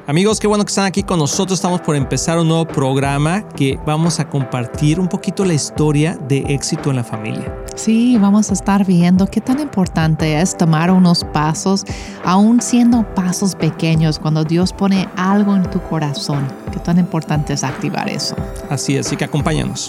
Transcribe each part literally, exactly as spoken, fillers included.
Amigos, qué bueno que están aquí con nosotros. Estamos por empezar un nuevo programa que vamos a compartir un poquito la historia de éxito en la familia. Sí, vamos a estar viendo qué tan importante es tomar unos pasos, aún siendo pasos pequeños, cuando Dios pone algo en tu corazón. Qué tan importante es activar eso. Así es, así que acompáñanos.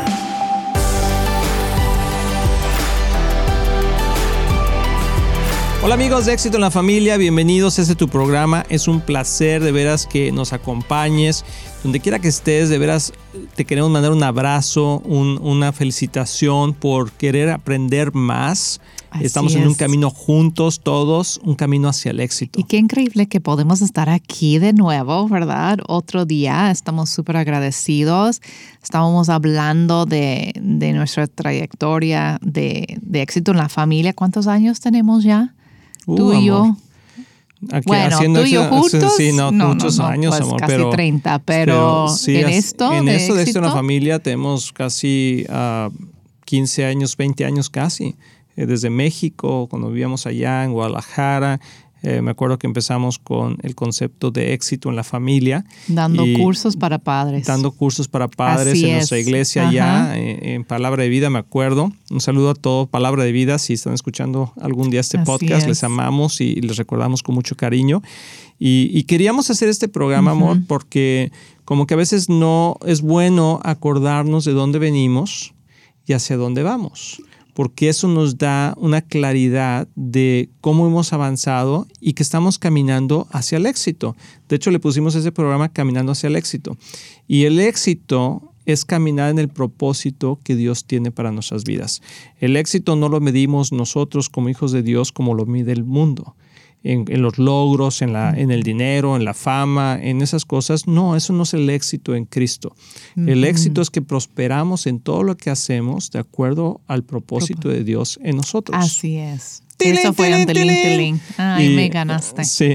Hola amigos de Éxito en la Familia, bienvenidos a este tu programa. Es un placer de veras que nos acompañes. Donde quiera que estés, de veras te queremos mandar un abrazo, un, una felicitación por querer aprender más. Así Estamos es. en un camino juntos todos, un camino hacia el éxito. Y qué increíble que podemos estar aquí de nuevo, ¿verdad? Otro día, estamos súper agradecidos. Estábamos hablando de, de nuestra trayectoria de, de éxito en la familia. ¿Cuántos años tenemos ya? Uh, Tú y yo. Aquí bueno, tú y yo juntos. Sí, no, no muchos no, no, años, pues amor. Casi pero, treinta, pero, pero sí, en esto En de esto de éxito éxito en la familia tenemos casi uh, quince años, veinte años casi. Eh, desde México, cuando vivíamos allá en Guadalajara. Eh, me acuerdo que empezamos con el concepto de éxito en la familia. Dando cursos para padres. Dando cursos para padres Así en es. nuestra iglesia allá, eh, en Palabra de Vida, me acuerdo. Un saludo a todo Palabra de Vida. Si están escuchando algún día este Así podcast, es. les amamos y les recordamos con mucho cariño. Y, y queríamos hacer este programa, uh-huh. amor, porque como que a veces no es bueno acordarnos de dónde venimos y hacia dónde vamos. Porque eso nos da una claridad de cómo hemos avanzado y que estamos caminando hacia el éxito. De hecho, le pusimos ese programa Caminando hacia el éxito. Y el éxito es caminar en el propósito que Dios tiene para nuestras vidas. El éxito no lo medimos nosotros como hijos de Dios como lo mide el mundo. En, en los logros, en, la, en el dinero, en la fama, en esas cosas. No, eso no es el éxito en Cristo. Uh-huh. El éxito es que prosperamos en todo lo que hacemos de acuerdo al propósito de Dios en nosotros. Así es. ¡Tilín, eso fue tilín, un tilín, tilín! tilín. Ay, y, me ganaste. Sí,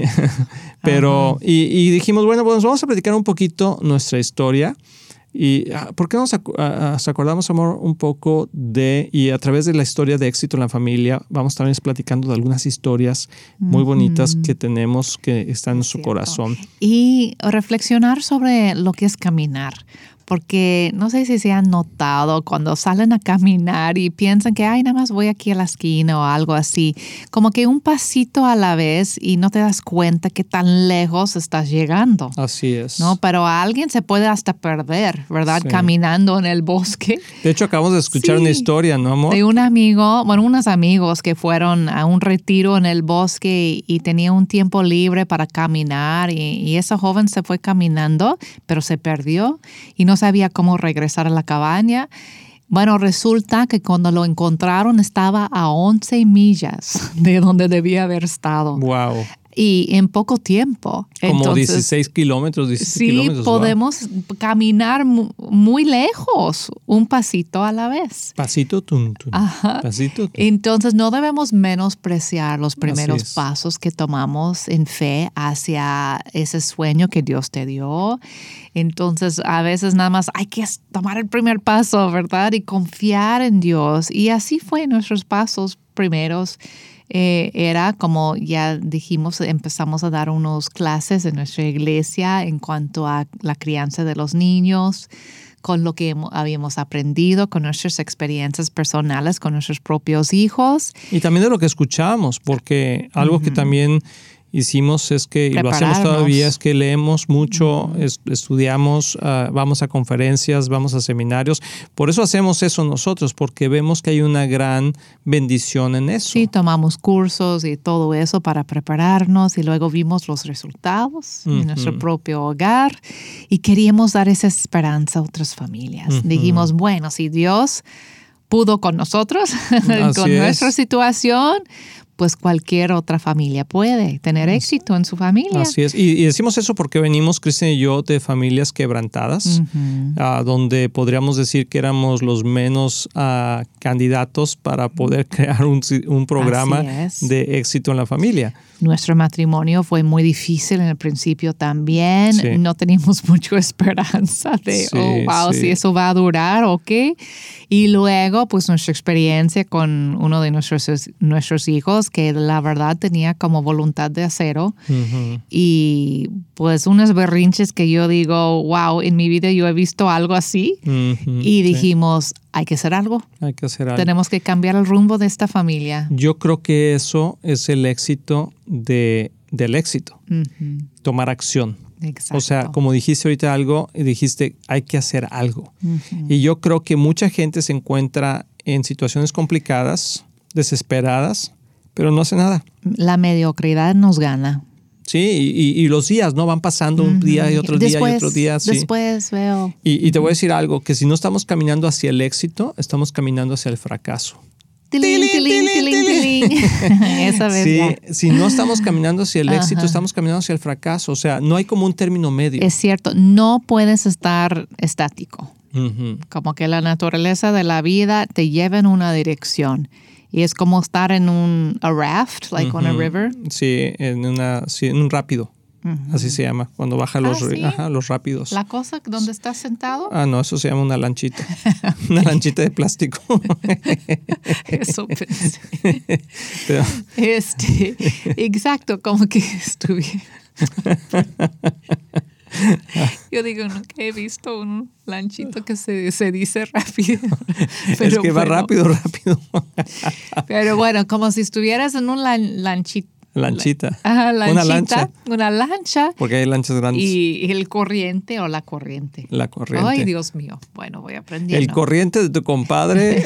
pero uh-huh. y, y dijimos, bueno, pues vamos a platicar un poquito nuestra historia. ¿Y por qué nos acordamos, amor, un poco de, y a través de la historia de éxito en la familia, vamos también platicando de algunas historias muy bonitas mm-hmm. que tenemos que están en su corazón? Y reflexionar sobre lo que es caminar. Porque no sé si se han notado cuando salen a caminar y piensan que, ay, nada más voy aquí a la esquina o algo así. Como que un pasito a la vez y no te das cuenta que tan lejos estás llegando. Así es. ¿No? Pero a alguien se puede hasta perder, ¿verdad? Sí. Caminando en el bosque. De hecho, acabamos de escuchar sí. una historia, ¿no, amor? De un amigo, bueno, unos amigos que fueron a un retiro en el bosque y, y tenía un tiempo libre para caminar y, y esa joven se fue caminando, pero se perdió y no sabía cómo regresar a la cabaña. Bueno, resulta que cuando lo encontraron estaba a once millas de donde debía haber estado. Wow. Y en poco tiempo. Como Entonces, dieciséis kilómetros, diecisiete sí, kilómetros. Sí, podemos wow. caminar muy lejos, un pasito a la vez. Pasito, tum, tum. Ajá. Pasito, tum. Entonces, no debemos menospreciar los primeros pasos que tomamos en fe hacia ese sueño que Dios te dio. Entonces, a veces nada más hay que tomar el primer paso, ¿verdad? Y confiar en Dios. Y así fue nuestros pasos primeros. Eh, era como ya dijimos, empezamos a dar unas clases en nuestra iglesia en cuanto a la crianza de los niños, con lo que habíamos aprendido, con nuestras experiencias personales, con nuestros propios hijos. Y también de lo que escuchamos, porque algo uh-huh. que también hicimos es que, y lo hacemos todavía, es que leemos mucho, uh-huh. es, estudiamos, uh, vamos a conferencias, vamos a seminarios. Por eso hacemos eso nosotros, porque vemos que hay una gran bendición en eso. Sí, tomamos cursos y todo eso para prepararnos y luego vimos los resultados uh-huh. en nuestro propio hogar y queríamos dar esa esperanza a otras familias. Uh-huh. Dijimos, bueno, si Dios pudo con nosotros, con es. nuestra situación, pues cualquier otra familia puede tener éxito en su familia. Así es. Y, y decimos eso porque venimos, Cristian y yo, de familias quebrantadas, uh-huh. uh, donde podríamos decir que éramos los menos uh, candidatos para poder crear un, un programa de éxito en la familia. Nuestro matrimonio fue muy difícil en el principio también. Sí. No teníamos mucha esperanza de, sí, oh, wow, sí. si eso va a durar o qué. Y luego, pues nuestra experiencia con uno de nuestros, nuestros hijos hijos que la verdad tenía como voluntad de acero. Uh-huh. Y pues unos berrinches que yo digo, wow, en mi vida yo he visto algo así. Uh-huh. Y dijimos, sí. hay que hacer algo. Hay que hacer algo. Tenemos que cambiar el rumbo de esta familia. Yo creo que eso es el éxito de, del éxito. Uh-huh. Tomar acción. Exacto. O sea, como dijiste ahorita algo, dijiste, hay que hacer algo. Uh-huh. Y yo creo que mucha gente se encuentra en situaciones complicadas, desesperadas, pero no hace nada. La mediocridad nos gana. Sí, y, y los días, ¿no? Van pasando un uh-huh. día y otro después, día y otro día. Sí. Después veo. Y, y te voy a decir algo, que si no estamos caminando hacia el éxito, estamos caminando hacia el fracaso. Tilín, tilín, tilín, tilín. Esa vez sí, ya. Si no estamos caminando hacia el éxito, Ajá. estamos caminando hacia el fracaso. O sea, no hay como un término medio. Es cierto, no puedes estar estático. Uh-huh. Como que la naturaleza de la vida te lleva en una dirección. Y es como estar en un a raft, like uh-huh. on a river. Sí, en, una, sí, en un rápido. Uh-huh. Así se llama, cuando baja los, ah, ¿sí? ajá, los rápidos. ¿La cosa donde estás sentado? Ah, no, eso se llama una lanchita. Una lanchita de plástico. Eso pensé. Pero, este, exacto, como que estuviera. Yo digo, nunca he visto un lanchito que se, se dice rápido. Pero es que bueno, va rápido, rápido. Pero bueno, como si estuvieras en un lan, lanchito. Lanchita. Ajá, lanchita. Una lancha. Una lancha. Porque hay lanchas grandes. Y el corriente o la corriente. La corriente. Ay, Dios mío. Bueno, voy aprendiendo. El corriente de tu compadre.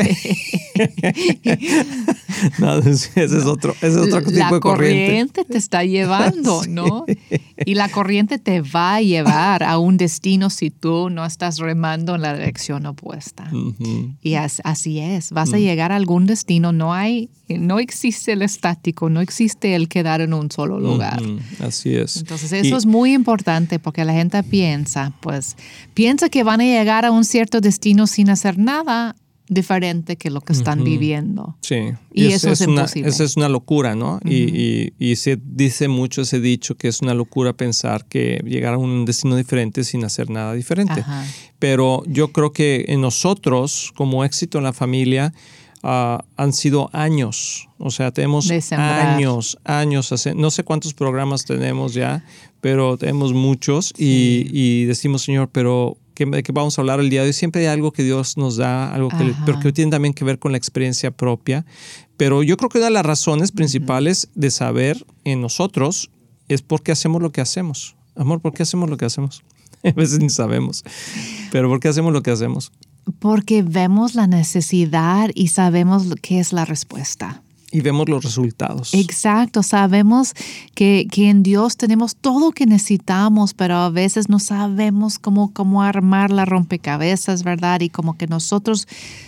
No, ese es otro, ese es otro tipo la de corriente. La corriente te está llevando, sí. ¿no? Y la corriente te va a llevar a un destino si tú no estás remando en la dirección opuesta. Uh-huh. Y as, así es. Vas uh-huh. a llegar a algún destino. No hay, no existe el estático, no existe el quedar en un solo lugar. Uh-huh. Así es. Entonces eso y, es muy importante porque la gente piensa, pues, piensa que van a llegar a un cierto destino sin hacer nada diferente que lo que están uh-huh. viviendo. Sí. Y, y eso es, es imposible. Una, esa es una locura, ¿no? Uh-huh. Y, y, y se dice mucho ese dicho que es una locura pensar que llegar a un destino diferente sin hacer nada diferente. Ajá. Pero yo creo que en nosotros, como éxito en la familia, Uh, han sido años, o sea, tenemos años, años, hace, no sé cuántos programas tenemos ya, pero tenemos muchos sí. y, y decimos, Señor, pero ¿qué, ¿de qué vamos a hablar el día de hoy? Siempre hay algo que Dios nos da, algo que, pero que tiene también que ver con la experiencia propia, pero yo creo que una de las razones principales uh-huh. de saber en nosotros es por qué hacemos lo que hacemos. Amor, ¿por qué hacemos lo que hacemos? A veces ni sabemos, pero ¿por qué hacemos lo que hacemos? Porque vemos la necesidad y sabemos qué es la respuesta. Y vemos los resultados. Exacto, sabemos que, que en Dios tenemos todo lo que necesitamos, pero a veces no sabemos cómo, cómo armar la rompecabezas, ¿verdad? Y como que nosotros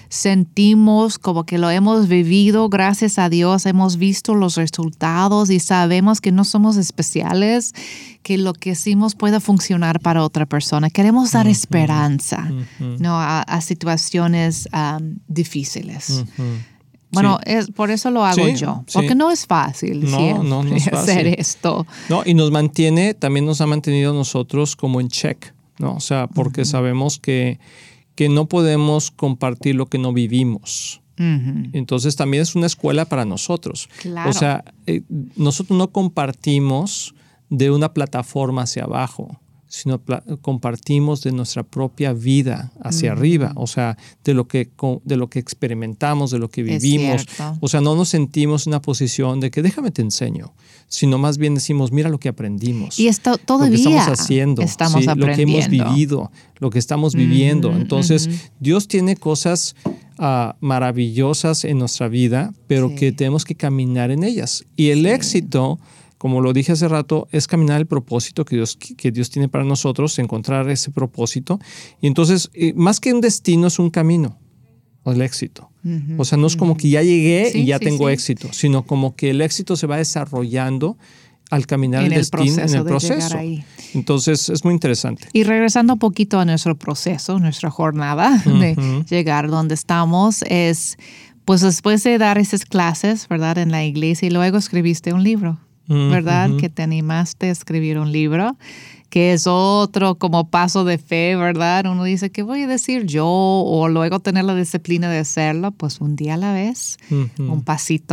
sentimos como que lo hemos vivido, gracias a Dios, hemos visto los resultados y sabemos que no somos especiales, que lo que hicimos puede funcionar para otra persona. Queremos dar uh-huh. esperanza uh-huh. ¿no? a, a situaciones um, difíciles. Uh-huh. Bueno, sí. es, por eso lo hago sí, yo, porque sí. no es fácil no, no, no es fácil. hacer esto. No, y nos mantiene, también nos ha mantenido nosotros como en check, ¿no? O sea, porque uh-huh. sabemos que, que no podemos compartir lo que no vivimos. Uh-huh. Entonces también es una escuela para nosotros. Claro. O sea, eh, nosotros no compartimos de una plataforma hacia abajo, sino pla- compartimos de nuestra propia vida hacia uh-huh. arriba, o sea, de lo que de lo que experimentamos, de lo que vivimos. O sea, no nos sentimos en una posición de que déjame te enseño, sino más bien decimos, mira lo que aprendimos. Y esto todavía lo que estamos haciendo, estamos ¿sí? aprendiendo. Lo que hemos vivido, lo que estamos viviendo. Uh-huh, Entonces, uh-huh. Dios tiene cosas uh, maravillosas en nuestra vida, pero sí. que tenemos que caminar en ellas. Y el sí. éxito, como lo dije hace rato, es caminar el propósito que Dios, que Dios tiene para nosotros, encontrar ese propósito. Y entonces, eh, más que un destino, es un camino, el éxito. Uh-huh, o sea, no es como uh-huh. que ya llegué sí, y ya sí, tengo sí. éxito, sino como que el éxito se va desarrollando al caminar en el, el destino, proceso en el de proceso. Llegar ahí. Entonces, es muy interesante. Y regresando un poquito a nuestro proceso, nuestra jornada uh-huh. de llegar donde estamos, es, pues después de dar esas clases, ¿verdad? En la iglesia, y luego escribiste un libro. ¿Verdad? Uh-huh. Que te animaste a escribir un libro, que es otro como paso de fe, ¿verdad? Uno dice, ¿qué voy a decir yo? O luego tener la disciplina de hacerlo, pues un día a la vez, uh-huh. un pasito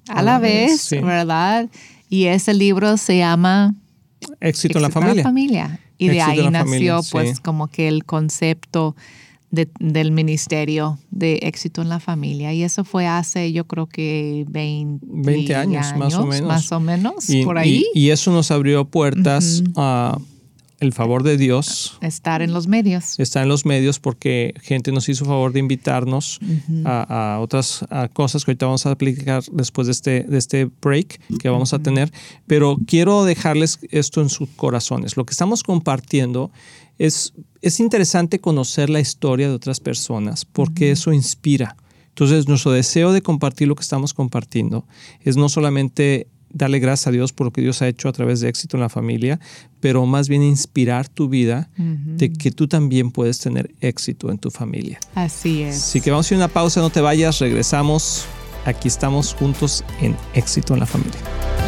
a, a la vez, vez sí. ¿verdad? Y ese libro se llama Éxito, Éxito en la familia. En la familia. Y Éxito de ahí nació familia, pues sí. como que el concepto de, del ministerio de Éxito en la Familia. Y eso fue hace, yo creo que veinte, veinte años, años, más o menos. Más o menos, y, por ahí. Y, y eso nos abrió puertas uh-huh. a el favor de Dios. Estar en los medios. Estar en los medios porque gente nos hizo favor de invitarnos uh-huh. a, a otras a cosas que ahorita vamos a aplicar después de este, de este break que vamos uh-huh. a tener. Pero quiero dejarles esto en sus corazones. Lo que estamos compartiendo es, es interesante conocer la historia de otras personas porque uh-huh. eso inspira. Entonces, nuestro deseo de compartir lo que estamos compartiendo es no solamente darle gracias a Dios por lo que Dios ha hecho a través de Éxito en la Familia, pero más bien inspirar tu vida uh-huh. de que tú también puedes tener éxito en tu familia. Así es. Así que vamos a ir a una pausa, no te vayas, regresamos. Aquí estamos juntos en Éxito en la Familia.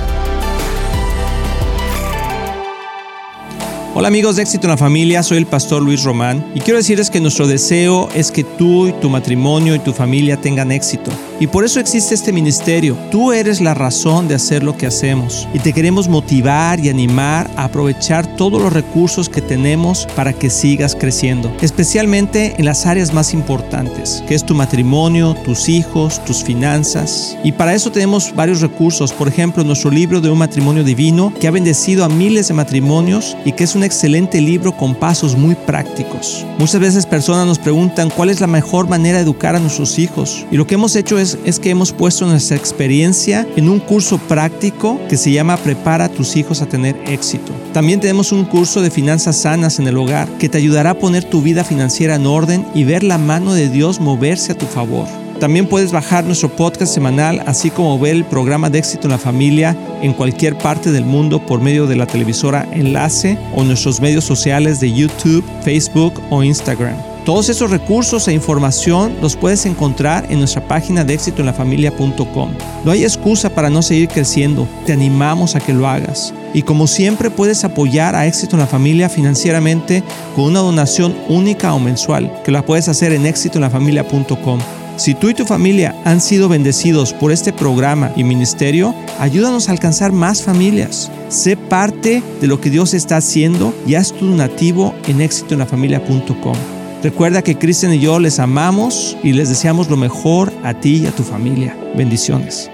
Hola amigos de Éxito en la Familia, soy el pastor Luis Román y quiero decirles que nuestro deseo es que tú y tu matrimonio y tu familia tengan éxito. Y por eso existe este ministerio. Tú eres la razón de hacer lo que hacemos y te queremos motivar y animar a aprovechar todos los recursos que tenemos para que sigas creciendo, especialmente en las áreas más importantes, que es tu matrimonio, tus hijos, tus finanzas. Y para eso tenemos varios recursos, por ejemplo, nuestro libro de un matrimonio divino que ha bendecido a miles de matrimonios y que es un excelente libro con pasos muy prácticos. Muchas veces personas nos preguntan cuál es la mejor manera de educar a nuestros hijos y lo que hemos hecho es, es que hemos puesto nuestra experiencia en un curso práctico que se llama Prepara a tus hijos a tener éxito. También tenemos un curso de finanzas sanas en el hogar que te ayudará a poner tu vida financiera en orden y ver la mano de Dios moverse a tu favor. También puedes bajar nuestro podcast semanal, así como ver el programa de Éxito en la Familia en cualquier parte del mundo por medio de la televisora Enlace o nuestros medios sociales de YouTube, Facebook o Instagram. Todos esos recursos e información los puedes encontrar en nuestra página de éxito en la familia punto com. No hay excusa para no seguir creciendo. Te animamos a que lo hagas. Y como siempre puedes apoyar a Éxito en la Familia financieramente con una donación única o mensual, que la puedes hacer en éxito en la familia punto com. Si tú y tu familia han sido bendecidos por este programa y ministerio, ayúdanos a alcanzar más familias. Sé parte de lo que Dios está haciendo y haz tu donativo en éxito en la familia punto com. Recuerda que Cristian y yo les amamos y les deseamos lo mejor a ti y a tu familia. Bendiciones.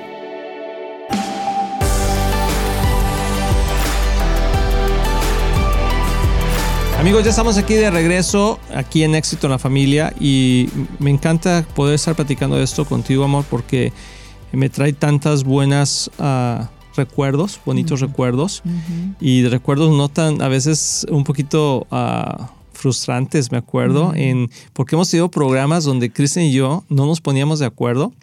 Amigos, ya estamos aquí de regreso, aquí en Éxito en la Familia, y me encanta poder estar platicando de esto contigo, amor, porque me trae tantas buenas uh, recuerdos, bonitos uh-huh. recuerdos, uh-huh. y recuerdos no tan, a veces un poquito uh, frustrantes, me acuerdo, uh-huh. en porque hemos tenido programas donde Cristian y yo no nos poníamos de acuerdo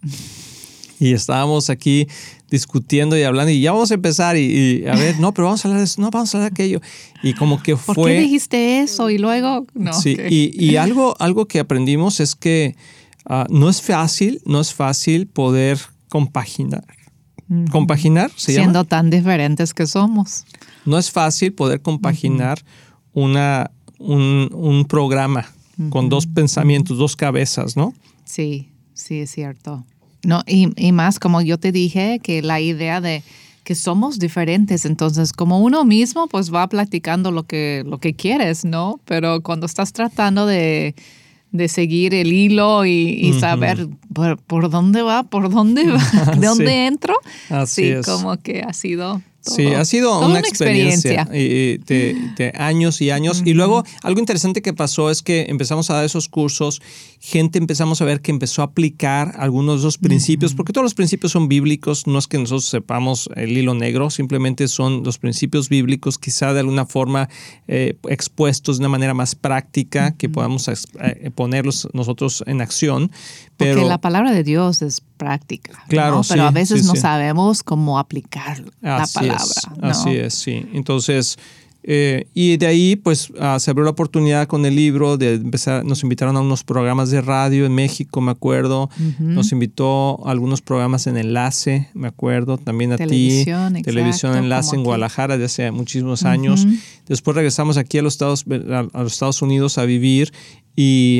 y estábamos aquí discutiendo y hablando, y ya vamos a empezar, y, y a ver, no, pero vamos a hablar de eso, no, vamos a hablar de aquello. Y como que fue... ¿Por qué dijiste eso? Y luego, no. Sí, okay. y, y algo, algo que aprendimos es que uh, no es fácil, no es fácil poder compaginar. Uh-huh. ¿Compaginar se llama? Siendo tan diferentes que somos. No es fácil poder compaginar uh-huh. una, un, un programa uh-huh. con dos pensamientos, uh-huh. dos cabezas, ¿no? Sí, sí, es cierto. No, y, y más, como yo te dije, que la idea de que somos diferentes, entonces como uno mismo pues va platicando lo que, lo que quieres, ¿no? Pero cuando estás tratando de, de seguir el hilo y, y uh-huh. saber por, por dónde va, por dónde va, de dónde sí. entro, Así sí, es. como que ha sido... Todo, sí, ha sido una, una experiencia, experiencia. De, de años y años. Uh-huh. Y luego algo interesante que pasó es que empezamos a dar esos cursos, gente empezamos a ver que empezó a aplicar algunos de esos principios, uh-huh. porque todos los principios son bíblicos, no es que nosotros sepamos el hilo negro, simplemente son los principios bíblicos, quizá de alguna forma eh, expuestos de una manera más práctica, uh-huh. que podamos eh, ponerlos nosotros en acción. Pero, porque la palabra de Dios es práctica, claro, ¿no? Pero sí, a veces sí, no sí. sabemos cómo aplicar la Así palabra. Es, ¿no? Así es, sí. Entonces, eh, y de ahí pues uh, se abrió la oportunidad con el libro de empezar, nos invitaron a unos programas de radio en México, me acuerdo. Uh-huh. Nos invitó a algulos programas en Enlace, me acuerdo, también a Televisión, ti. Exacto, Televisión Enlace en Guadalajara de hace muchísimos años. Uh-huh. Después regresamos aquí a los Estados, a los Estados Unidos a vivir y...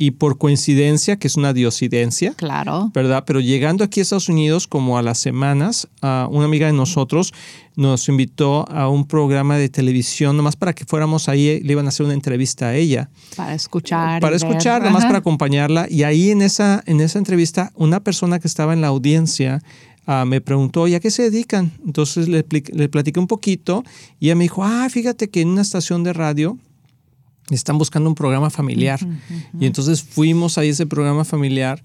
y por coincidencia, que es una diosidencia, claro, ¿verdad? Pero llegando aquí a Estados Unidos, como a las semanas, uh, una amiga de nosotros nos invitó a un programa de televisión, nomás para que fuéramos ahí, le iban a hacer una entrevista a ella. Para escuchar. Para escuchar, ver. nomás Ajá. para acompañarla. Y ahí en esa, en esa entrevista, una persona que estaba en la audiencia uh, me preguntó, ¿y a qué se dedican? Entonces le, le platiqué un poquito y ella me dijo, ah, fíjate que en una estación de radio están buscando un programa familiar. Uh-huh, uh-huh. Y entonces fuimos a ese programa familiar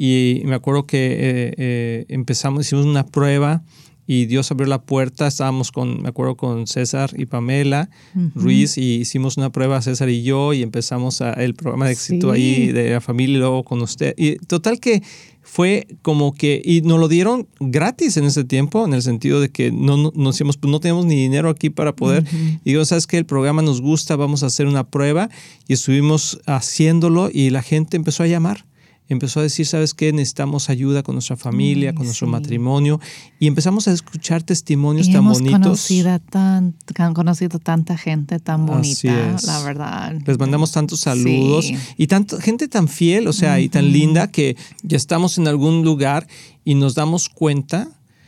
y me acuerdo que eh, eh, empezamos, hicimos una prueba y Dios abrió la puerta. Estábamos con, me acuerdo, con César y Pamela uh-huh. Ruiz y hicimos una prueba, César y yo, y empezamos a, el programa de éxito sí. ahí de la familia y luego con usted. Y total que fue como que, y nos lo dieron gratis en ese tiempo, en el sentido de que no, no, no, decíamos, pues no tenemos ni dinero aquí para poder. Uh-huh. Y digo, ¿sabes qué? El programa nos gusta, vamos a hacer una prueba. Y estuvimos haciéndolo y la gente empezó a llamar. Empezó a decir, ¿sabes qué? Necesitamos ayuda con nuestra familia, Ay, con nuestro sí. matrimonio. Y empezamos a escuchar testimonios y tan hemos bonitos. Conocido tan, han conocido tanta gente tan bonita, la verdad. Les mandamos tantos saludos. Sí. Y tanto, gente tan fiel, o sea, uh-huh. y tan linda que ya estamos en algún lugar y nos damos cuenta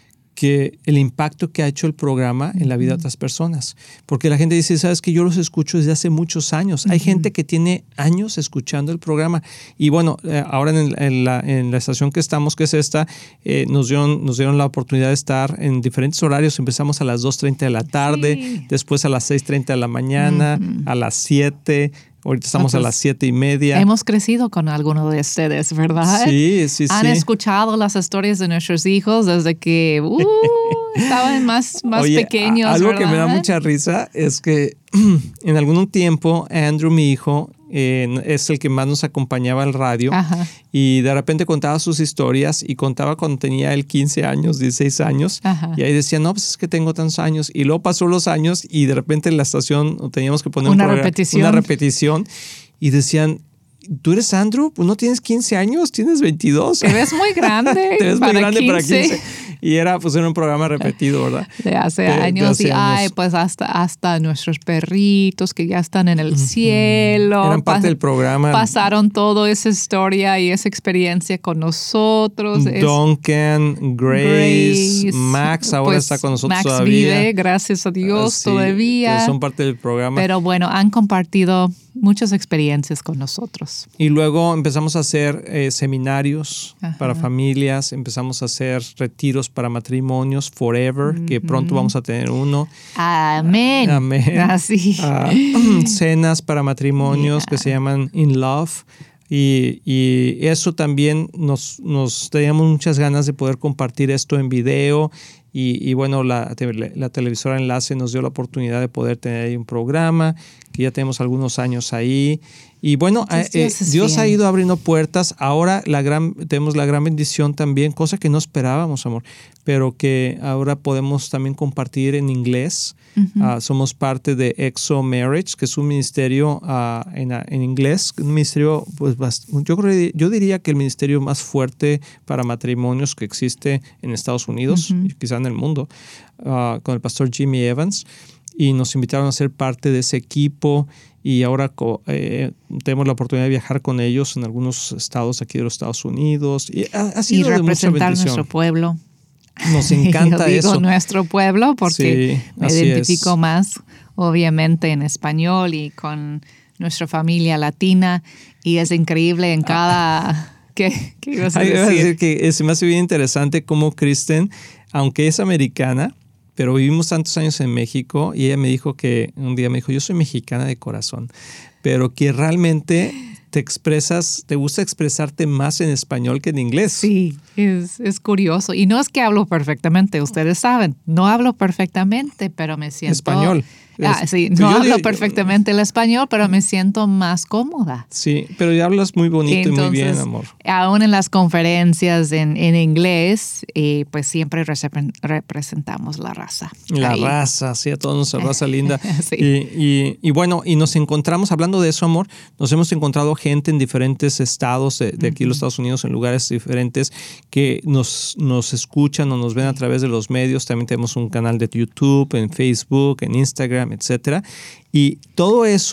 que el impacto que ha hecho el programa en la vida de otras personas. Porque la gente dice, sabes que yo los escucho desde hace muchos años. Uh-huh. Hay gente que tiene años escuchando el programa. Y bueno, eh, ahora en, en, la, en la estación que estamos, que es esta, eh, nos, dieron, nos dieron la oportunidad de estar en diferentes horarios. Empezamos a las dos treinta de la tarde, sí. después a las seis treinta de la mañana, uh-huh. a las siete. Ahorita estamos Entonces, a las siete y media. Hemos crecido con algunos de ustedes, ¿verdad? Sí, sí, Han sí. Han escuchado las historias de nuestros hijos desde que uh, estaban más, más Oye, pequeños, algo ¿verdad? que me da mucha risa es que en algún tiempo Andrew, mi hijo, eh, es el que más nos acompañaba al radio. Ajá. Y de repente contaba sus historias y contaba cuando tenía él quince años, dieciséis años. Ajá. Y ahí decía, no, pues es que tengo tantos años. Y luego pasó los años y de repente en la estación teníamos que poner una, un programa, repetición. una repetición y decían, ¿tú eres Andrew? Pues no tienes quince años, tienes veintidós. Te ves muy grande. Te ves para muy grande quince. para quince. Y era pues era un programa repetido, ¿verdad? De hace de, años. de hace y años. ay, pues hasta, hasta nuestros perritos que ya están en el uh-huh. cielo. Eran parte Pas- del programa. Pasaron toda esa historia y esa experiencia con nosotros. Duncan, Grace, Grace Max ahora pues, está con nosotros Max todavía. vive, gracias a Dios, sí, todavía. Son parte del programa. Pero bueno, han compartido muchas experiencias con nosotros. Y luego empezamos a hacer eh, seminarios Ajá. para familias, empezamos a hacer retiros para matrimonios, Forever, uh-huh. que pronto vamos a tener uno. Amén. Amén. Así. Uh, cenas para matrimonios yeah. que se llaman In Love. Y, y eso también nos, nos teníamos muchas ganas de poder compartir esto en video. Y, y bueno, la, la televisora Enlace nos dio la oportunidad de poder tener ahí un programa, que ya tenemos algunos años ahí. Y bueno, eh, Dios, Dios ha ido abriendo puertas. Ahora la gran, tenemos la gran bendición también, cosa que no esperábamos, amor, pero que ahora podemos también compartir en inglés. Uh-huh. Uh, somos parte de Exo Marriage, que es un ministerio uh, en, en inglés, un ministerio, pues yo creo, yo diría que el ministerio más fuerte para matrimonios que existe en Estados Unidos, uh-huh. y quizá en el mundo, uh, con el pastor Jimmy Evans, y nos invitaron a ser parte de ese equipo. Y ahora eh, tenemos la oportunidad de viajar con ellos en algunos estados aquí de los Estados Unidos. Y ha, ha sido y de mucha bendición. representar nuestro pueblo. Nos encanta Yo digo eso. nuestro pueblo porque sí, me identifico es. más, obviamente, en español y con nuestra familia latina. Y es increíble en cada... Ah. ¿Qué, qué ibas a decir? Iba a decir que se me hace bien interesante cómo Kristen, aunque es americana, pero vivimos tantos años en México, y ella me dijo que un día me dijo, yo soy mexicana de corazón, pero que realmente te expresas, te gusta expresarte más en español que en inglés. Sí, es, es curioso. Y no es que hablo perfectamente, ustedes saben, no hablo perfectamente, pero me siento... Español. Ah, sí, no hablo digo, perfectamente el español, pero me siento más cómoda. Sí, pero ya hablas muy bonito. Entonces, y muy bien, amor. Aún en las conferencias en, en inglés, eh, pues siempre repre- representamos la raza. La Ahí. raza, sí, a toda nuestra raza linda. sí. y, y, y bueno, y nos encontramos, hablando de eso, amor, nos hemos encontrado gente en diferentes estados de, de aquí uh-huh. los Estados Unidos, en lugares diferentes, que nos, nos escuchan o nos ven a través de los medios. También tenemos un canal de YouTube, en Facebook, en Instagram, etcétera. Y todo eso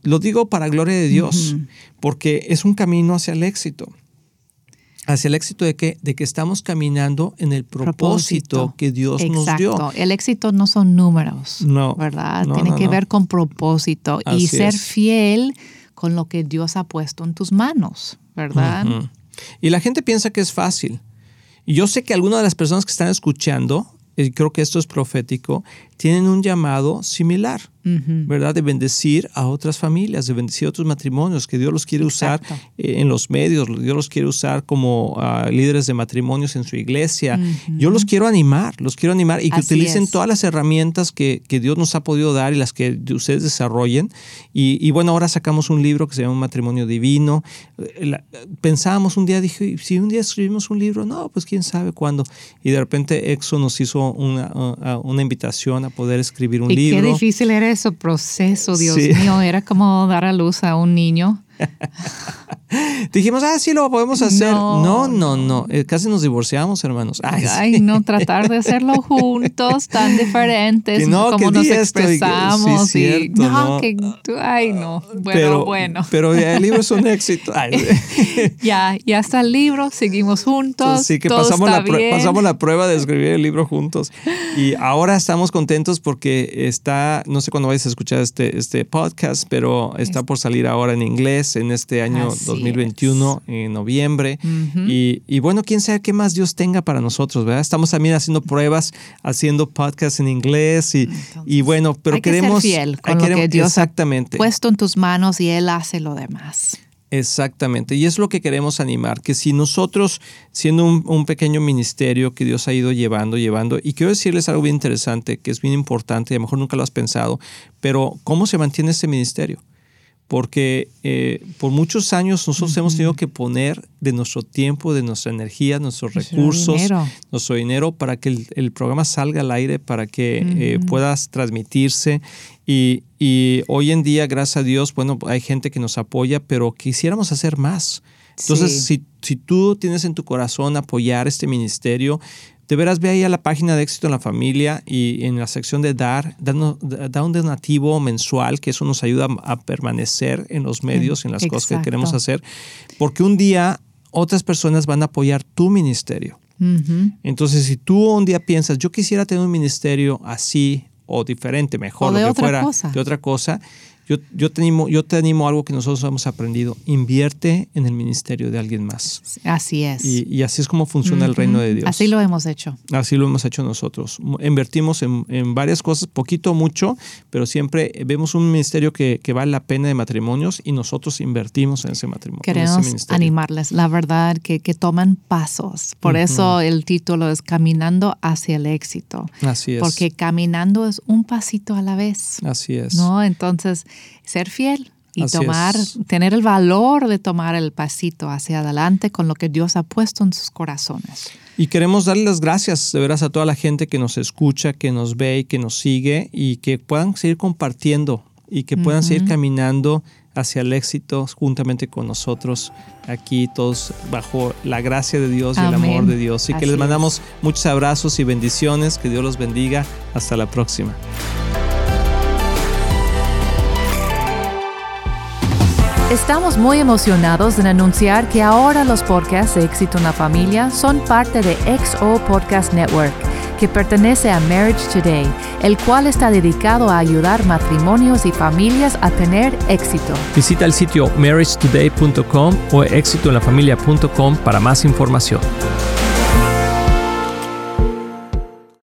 lo digo para gloria de Dios, uh-huh. porque es un camino hacia el éxito. ¿Hacia el éxito de qué? De que estamos caminando en el propósito, propósito. que Dios Exacto. nos dio. El éxito no son números, no, ¿verdad? No, Tiene no, que no. ver con propósito Así y ser es. fiel con lo que Dios ha puesto en tus manos, ¿verdad? Uh-huh. Y la gente piensa que es fácil. Y yo sé que algunas de las personas que están escuchando, y creo que esto es profético, tienen un llamado similar, uh-huh. ¿verdad? De bendecir a otras familias, de bendecir a otros matrimonios, que Dios los quiere Exacto. usar eh, en los medios, Dios los quiere usar como uh, líderes de matrimonios en su iglesia. Uh-huh. Yo los quiero animar, los quiero animar y que Así utilicen es. todas las herramientas que, que Dios nos ha podido dar y las que ustedes desarrollen. Y, y bueno, ahora sacamos un libro que se llama Un Matrimonio Divino. La, pensábamos un día, dije, si un día escribimos un libro, no, pues quién sabe cuándo. Y de repente Exo nos hizo una, uh, una invitación a poder escribir un y libro. Y qué difícil era ese proceso, Dios sí. mío. Era como dar a luz a un niño. Dijimos, ah, sí, lo podemos hacer. No, no, no. no. Eh, casi nos divorciamos, hermanos. Ay, Ay no, tratar de hacerlo juntos, tan diferentes, que no, como que nos expresamos. Esto, y, sí, y, cierto, no, no, que, ay, no. Bueno, pero, bueno. Pero el libro es un éxito. Ay. ya, ya está el libro, seguimos juntos. Sí, que todo pasamos, está la pr- bien. pasamos la prueba de escribir el libro juntos. Y ahora estamos contentos porque está, no sé cuándo vais a escuchar este, este podcast, pero está por salir ahora en inglés en este año Así dos mil veintiuno, es. en noviembre. Uh-huh. Y, y bueno, quién sabe qué más Dios tenga para nosotros, ¿verdad? Estamos también haciendo pruebas, haciendo podcasts en inglés y, Entonces, y bueno, pero hay que queremos... ser fiel con hay lo queremos, que Dios exactamente. ha puesto en tus manos y Él hace lo demás. Exactamente, y es lo que queremos animar, que si nosotros, siendo un, un pequeño ministerio que Dios ha ido llevando, llevando, y quiero decirles algo bien interesante, que es bien importante, y a lo mejor nunca lo has pensado, pero ¿cómo se mantiene este ministerio? Porque eh, por muchos años nosotros uh-huh. hemos tenido que poner de nuestro tiempo, de nuestra energía, nuestros nuestro recursos, dinero. nuestro dinero para que el, el programa salga al aire, para que uh-huh. eh, puedas transmitirse. Y, y hoy en día, gracias a Dios, bueno, hay gente que nos apoya, pero quisiéramos hacer más. Entonces, sí. si, si tú tienes en tu corazón apoyar este ministerio, de veras ve ahí a la página de Éxito en la Familia y en la sección de dar, da, da un donativo mensual, que eso nos ayuda a permanecer en los medios, en las Exacto. cosas que queremos hacer, porque un día otras personas van a apoyar tu ministerio. Uh-huh. Entonces, si tú un día piensas, yo quisiera tener un ministerio así o diferente, mejor, o de lo que otra fuera, cosa. de otra cosa, Yo, yo, te animo, yo te animo a algo que nosotros hemos aprendido. Invierte en el ministerio de alguien más. Así es. Y, y así es como funciona uh-huh. el reino de Dios. Así lo hemos hecho. Así lo hemos hecho nosotros. Invertimos en, en varias cosas, poquito o mucho, pero siempre vemos un ministerio que, que vale la pena de matrimonios y nosotros invertimos en ese matrimonio. Queremos en ese animarles, la verdad, que, que tomen pasos. Por uh-huh. eso el título es Caminando hacia el éxito. Así es. Porque caminando es un pasito a la vez. Así es. ¿No? Entonces, ser fiel y Así tomar, es. tener el valor de tomar el pasito hacia adelante con lo que Dios ha puesto en sus corazones. Y queremos darle las gracias de veras a toda la gente que nos escucha, que nos ve y que nos sigue y que puedan seguir compartiendo y que puedan uh-huh. seguir caminando hacia el éxito juntamente con nosotros aquí todos bajo la gracia de Dios y Amén. El amor de Dios. Así, Así que les mandamos es. muchos abrazos y bendiciones. Que Dios los bendiga. Hasta la próxima. Estamos muy emocionados en anunciar que ahora los podcasts de Éxito en la Familia son parte de X O Podcast Network, que pertenece a Marriage Today, el cual está dedicado a ayudar matrimonios y familias a tener éxito. Visita el sitio marriage today punto com o éxito en la familia punto com para más información.